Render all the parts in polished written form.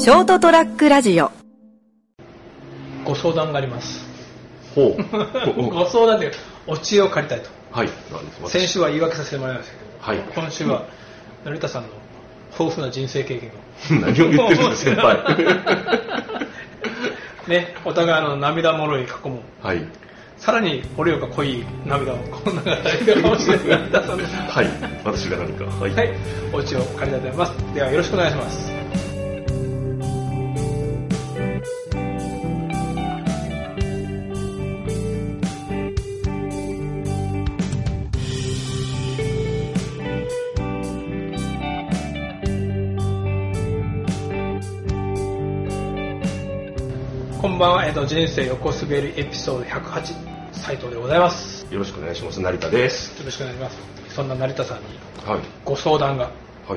ショートトラックラジオ。 ご相談があります。 ほうご相談でお知恵を借りたいと。 はい。 先週は言い訳させてもらいましたけど、 はい、 今週は成田さんの豊富な人生経験を何を言ってるんですか先輩ね、お互い涙もろい過去も、 はい、 さらに俺よか濃い涙をこんながいるかもしれない成田さんのはい、私が何かはい、 はい、お知恵を借りたいと思います。ではよろしくお願いします。こんばんは、人生横滑りエピソード108、斉藤でございます。 よろしくお願いします。成田です。 よろしくお願いします。そんな成田さんにご相談が、 はい、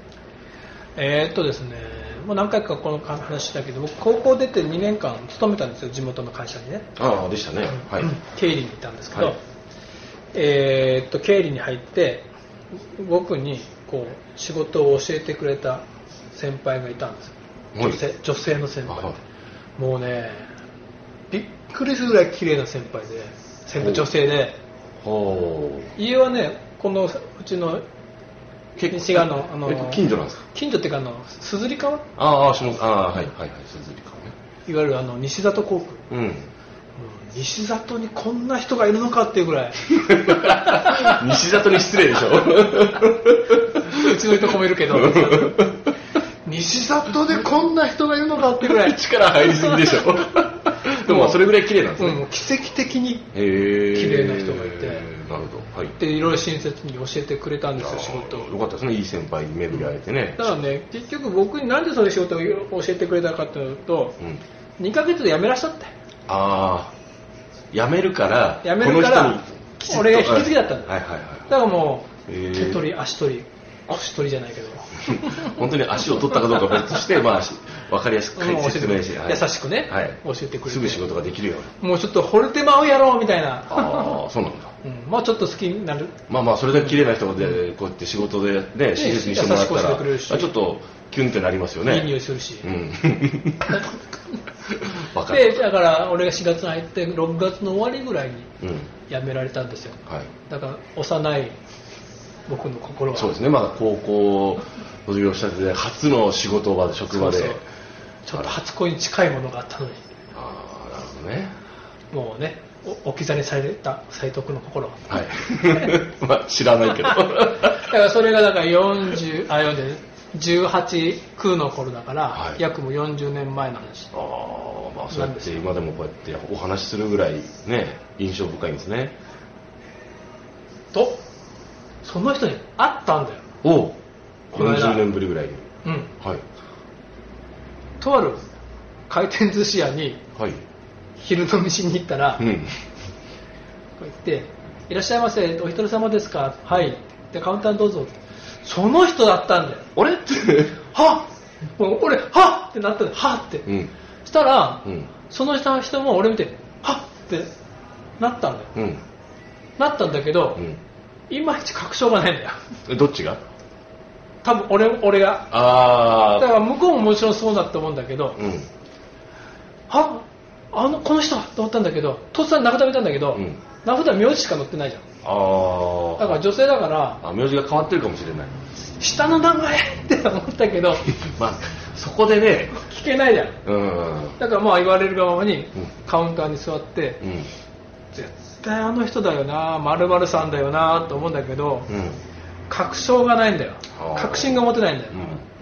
ですね、もう何回かこの話したけど、僕高校出て2年間勤めたんですよ、地元の会社にね。 ああ、でしたね。はい。 経理に行ったんですけど、 はい、 経理に入って僕にこう仕事を教えてくれた先輩がいたんですよ。女性の先輩。もうね、びっくりするぐらい綺麗な先輩で、女性で、家はね、このうちの西側の近所なんですか？ 近所っていうかすずり川？ はいはいはい、すずり川ね。 いわゆる西里航空。西里にこんな人がいるのかっていうぐらい。 西里に失礼でしょ。 うちの人褒めるけど。西里でこんな人がいるのかってぐらい力入りすぎでしょ。でもそれぐらい綺麗なんですね。 奇跡的に綺麗な人がいて、 なるほど。はい。 でいろいろ親切に教えてくれたんですよ、仕事を。 よかったですね、いい先輩に巡り会えてね。 だからね、結局僕になんでそれ仕事を教えてくれたかというと、2ヶ月で辞めらっしゃった。 ああ、辞めるから俺が引き継ぎだったんだ。だからもう手取り足取り腰取りじゃないけど。 本当に足を取ったかどうか別として、分かりやすく説明して、 優しくね、教えてくれて、 すぐ仕事ができるように。もうちょっと惚れてまうやろみたいな。 ああ、そうなんだ。 まあちょっと好きになる。 まあそれだけ綺麗な人でこうやって仕事でね、親切にしてもらったら、ちょっとキュンってなりますよね。 いい匂いするし。 でだから俺が4月に入って6月の終わりぐらいに辞められたんですよ。だから幼い僕の心は。 そうですね。まだ高校卒業したてで初の仕事場で職場で、 ちょっと初恋に近いものがあったのに。 ああ、なるほどね。 もうね、置き去りされた斉藤君の心は。 はい。まあ知らないけど。だからそれがだから18、9の頃だから、約もう40年前の話。 ああ、まあそうやって今でもこうやってお話しするぐらいね、印象深いんですね。 と。その人に会ったんだよ。 40年ぶりぐらいに。はい。 とある回転寿司屋に昼飲みしに行ったら、こう言って「いらっしゃいませ、お一人様ですか？はい」でカウンターにどうぞ。その人だったんだよ。 俺ってはっ、俺はっってなったんだよ。はっって、そしたら、その人も俺見てはっってなったんだよ。なったんだけど、いまいち確証がないんだよ。 どっちが？ 多分俺が。だから向こうももちろんそうだと思うんだけど、この人と思ったんだけど、とっさに名札見たんだけど、名札は名字しか載ってないじゃん。だから女性だから、 名字が変わってるかもしれない。 下の名前って思ったけど、 まあそこでね聞けないじゃん。だからまあ言われるがままにカウンターに座って、絶対あの人だよな、〇〇さんだよなと思うんだけど、確証がないんだよ。確信が持てないんだよ。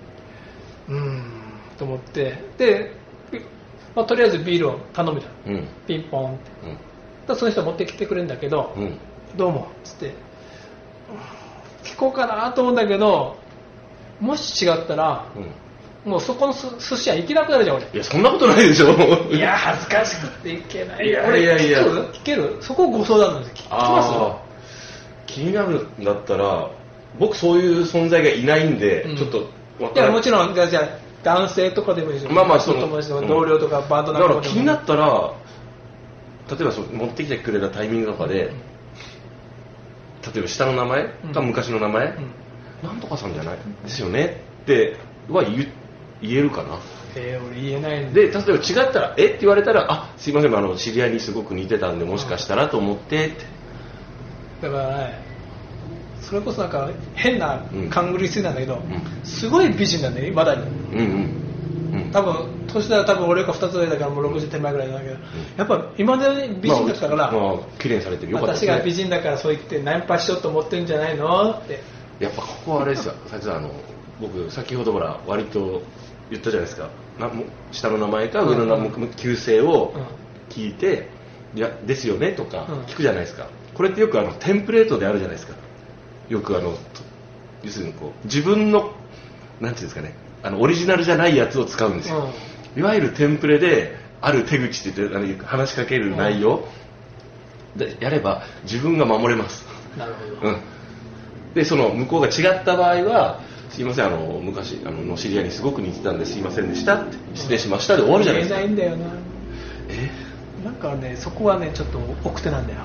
と思って、で、とりあえずビールを頼むじゃん。ピンポンって。その人持ってきてくれるんだけど、どうもっつって聞こうかなと思うんだけど、もし違ったら、もうそこの寿司屋行けなくなるじゃん俺。 いやそんなことないでしょ。 いや恥ずかしくて行けない。 俺聞ける？そこご相談なんです。聞きます？ 気になるんだったら、僕そういう存在がいないんで、ちょっと分からない。いやもちろんじゃあ男性とかでもいいですよ。友達とか同僚とかバンド仲間とか。 だから気になったら、例えば持ってきてくれたタイミングとかで、例えば下の名前か昔の名前、なんとかさんじゃないですよねっては言えるかな。 俺言えないんで。 で、例えば違ったら、って言われたら、あ、すいません、知り合いにすごく似てたんで、もしかしたらと思ってって。 だからね、それこそなんか変な勘繰りすぎなんだけど、すごい美人なんだよ、まだに。多分年だら多分俺が2つ上だからもう60手前ぐらいだけど、やっぱ今まで美人だったから、 綺麗にされてるよかったですね。私が美人だからそう言ってナンパしようと思ってるんじゃないのって。 やっぱここはあれですよ、僕先ほどほら割と言ったじゃないですか、下の名前か上の名前、旧姓を聞いて、いやですよねとか聞くじゃないですか。これってよくテンプレートであるじゃないですか。よく要するにこう自分のなんていうんですかね、オリジナルじゃないやつを使うんですよ。いわゆるテンプレである手口って言って話しかける内容でやれば自分が守れます。 なるほど。 でその向こうが違った場合は、すいません、昔の知り合いにすごく似てたんですいませんでしたって、失礼しましたで終わるじゃないですか。 言えないんだよな。なんかね、そこはねちょっと奥手なんだよ。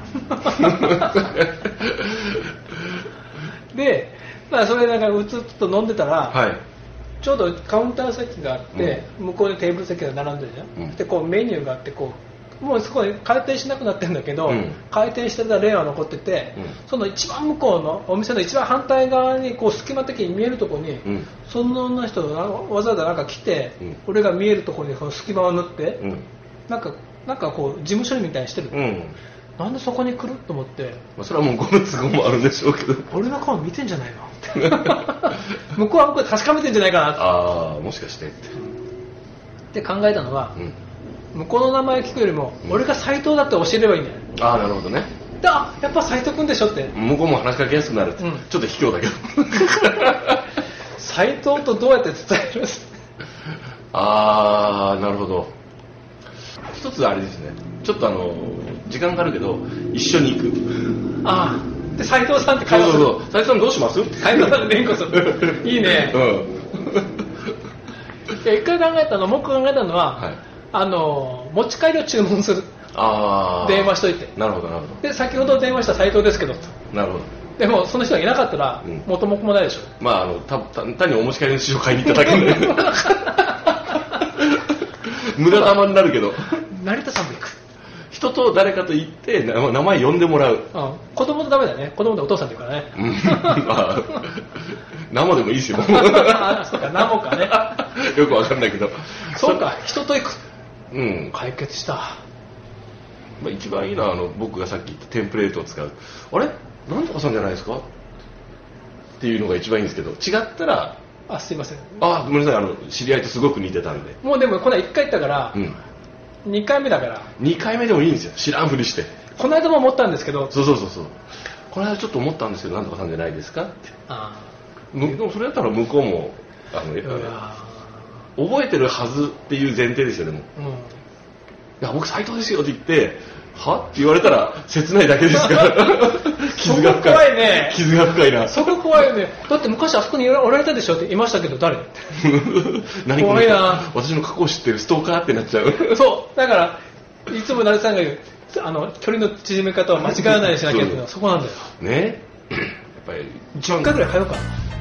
で、それなんかうつっと飲んでたら、ちょうどカウンター席があって、向こうにテーブル席が並んでるじゃん。でこうメニューがあってもうそこで回転しなくなってるんだけど、回転してた例は残ってて、その一番向こうのお店の一番反対側にこう隙間的に見えるところに、その女の人がわざわざなんか来て、俺が見えるところにこの隙間を縫って、なんかこう事務処理みたいにしてる、なんでそこに来ると思って、 それはもう5の都合もあるんでしょうけど、 俺の顔見てんじゃないのって向こうは向こうで確かめてんじゃないかなって、 もしかしてって考えたのは、向こうの名前聞くよりも、俺が斎藤だって教えればいいんだよ。 なるほどね。 やっぱ斎藤君でしょって。 向こうも話しかけやすくなるって、ちょっと卑怯だけど斎藤とどうやって伝えるんですなるほど。一つあれですね、ちょっと時間があるけど一緒に行く。 で斎藤さんって会話する。 斎藤さんどうします？ 斎藤さん連呼する。いいね。一回考えたの、もう一回考えたのは、持ち帰りを注文する。電話しといて。 なるほどなるほど。 で先ほど電話した斎藤ですけどと。 なるほど。 でもその人がいなかったら元も子もないでしょ。 単にお持ち帰りの紙を買いに行っただけで無駄玉になるけど、 成田さんも行く。 人と誰かと言って名前呼んでもらう。 子供とダメだね。子供でお父さんって言うからね。 生でもいいですよ。そうか、生かね。 よくわかんないけど。 そうか、人と行く。解決した。 一番いいのは僕がさっき言ったテンプレートを使う。あれなんとかさんじゃないですかっていうのが一番いいんですけど、違ったら、 すいません。 ごめんなさい、知り合いとすごく似てたんで。 もうでもこの間1回行ったから、2回目だから。2 回目でもいいんですよ、知らんふりして。 この間も思ったんですけど。 そう。この間ちょっと思ったんですけど、なんとかさんじゃないですかって。でもそれだったら向こうも覚えてるはずっていう前提ですよね。いや僕斎藤ですよって言ってはって言われたら切ないだけですから傷が深い。 怖いね。 傷が深いな。 そこ怖いよね。だって昔あそこにおられたでしょっていましたけど誰何怖いな。私の過去を知ってるストーカーってなっちゃう。 そうだからいつも成田さんが言う距離の縮め方を間違わないようにしなきゃっていうのはそこなんだよね。やっぱり 10回ぐらい通うか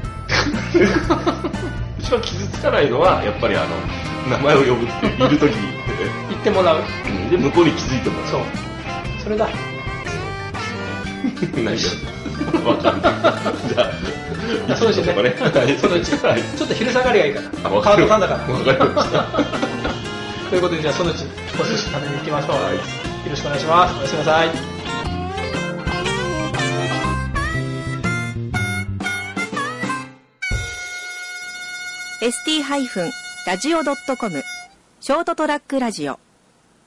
一番傷つかないのはやっぱり名前を呼ぶっている時に言ってもらう。 で向こうに気づいてもらう。 それだ。 何が分かんない。じゃあそうですね。そのうちちょっと昼下がりがいいから。カードさんだから。 分かりました。 ということでじゃあそのうちお寿司食べに行きましょう。よろしくお願いします。おやすみなさい。 ST-radio.com ショートトラックラジオ